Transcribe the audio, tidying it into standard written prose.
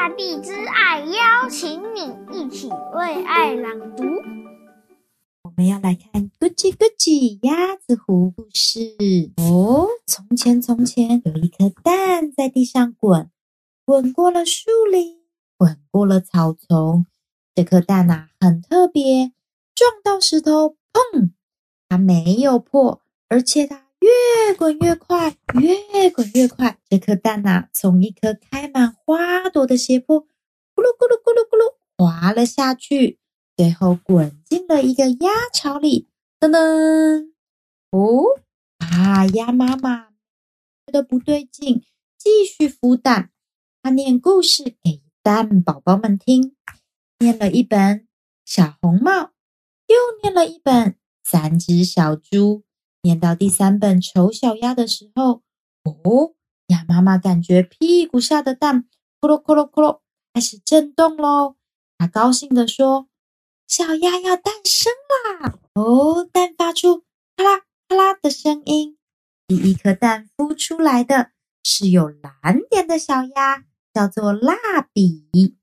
大地之爱邀请你一起为爱朗读。 我们要来看咕叽咕叽鸭子湖故事哦。从前有一颗蛋在地上滚过了树林，滚过了草丛。这颗蛋很特别，撞到石头，砰！它没有破，而且它越滚越快。这颗蛋从一颗开满花朵的斜坡，咕噜咕噜咕噜咕噜滑了下去，最后滚进了一个鸭巢里。噔噔！鸭妈妈觉得不对劲，继续孵蛋。她念故事给蛋宝宝们听，念了一本小红帽，又念了一本三只小猪。念到第3本丑小鸭的时候，鸭妈妈感觉屁股下的蛋咕噜咕噜咕噜开始震动咯。她高兴地说，小鸭要诞生啦！蛋发出咔啦咔啦的声音。第一颗蛋孵出来的是有蓝点的小鸭，叫做蜡笔。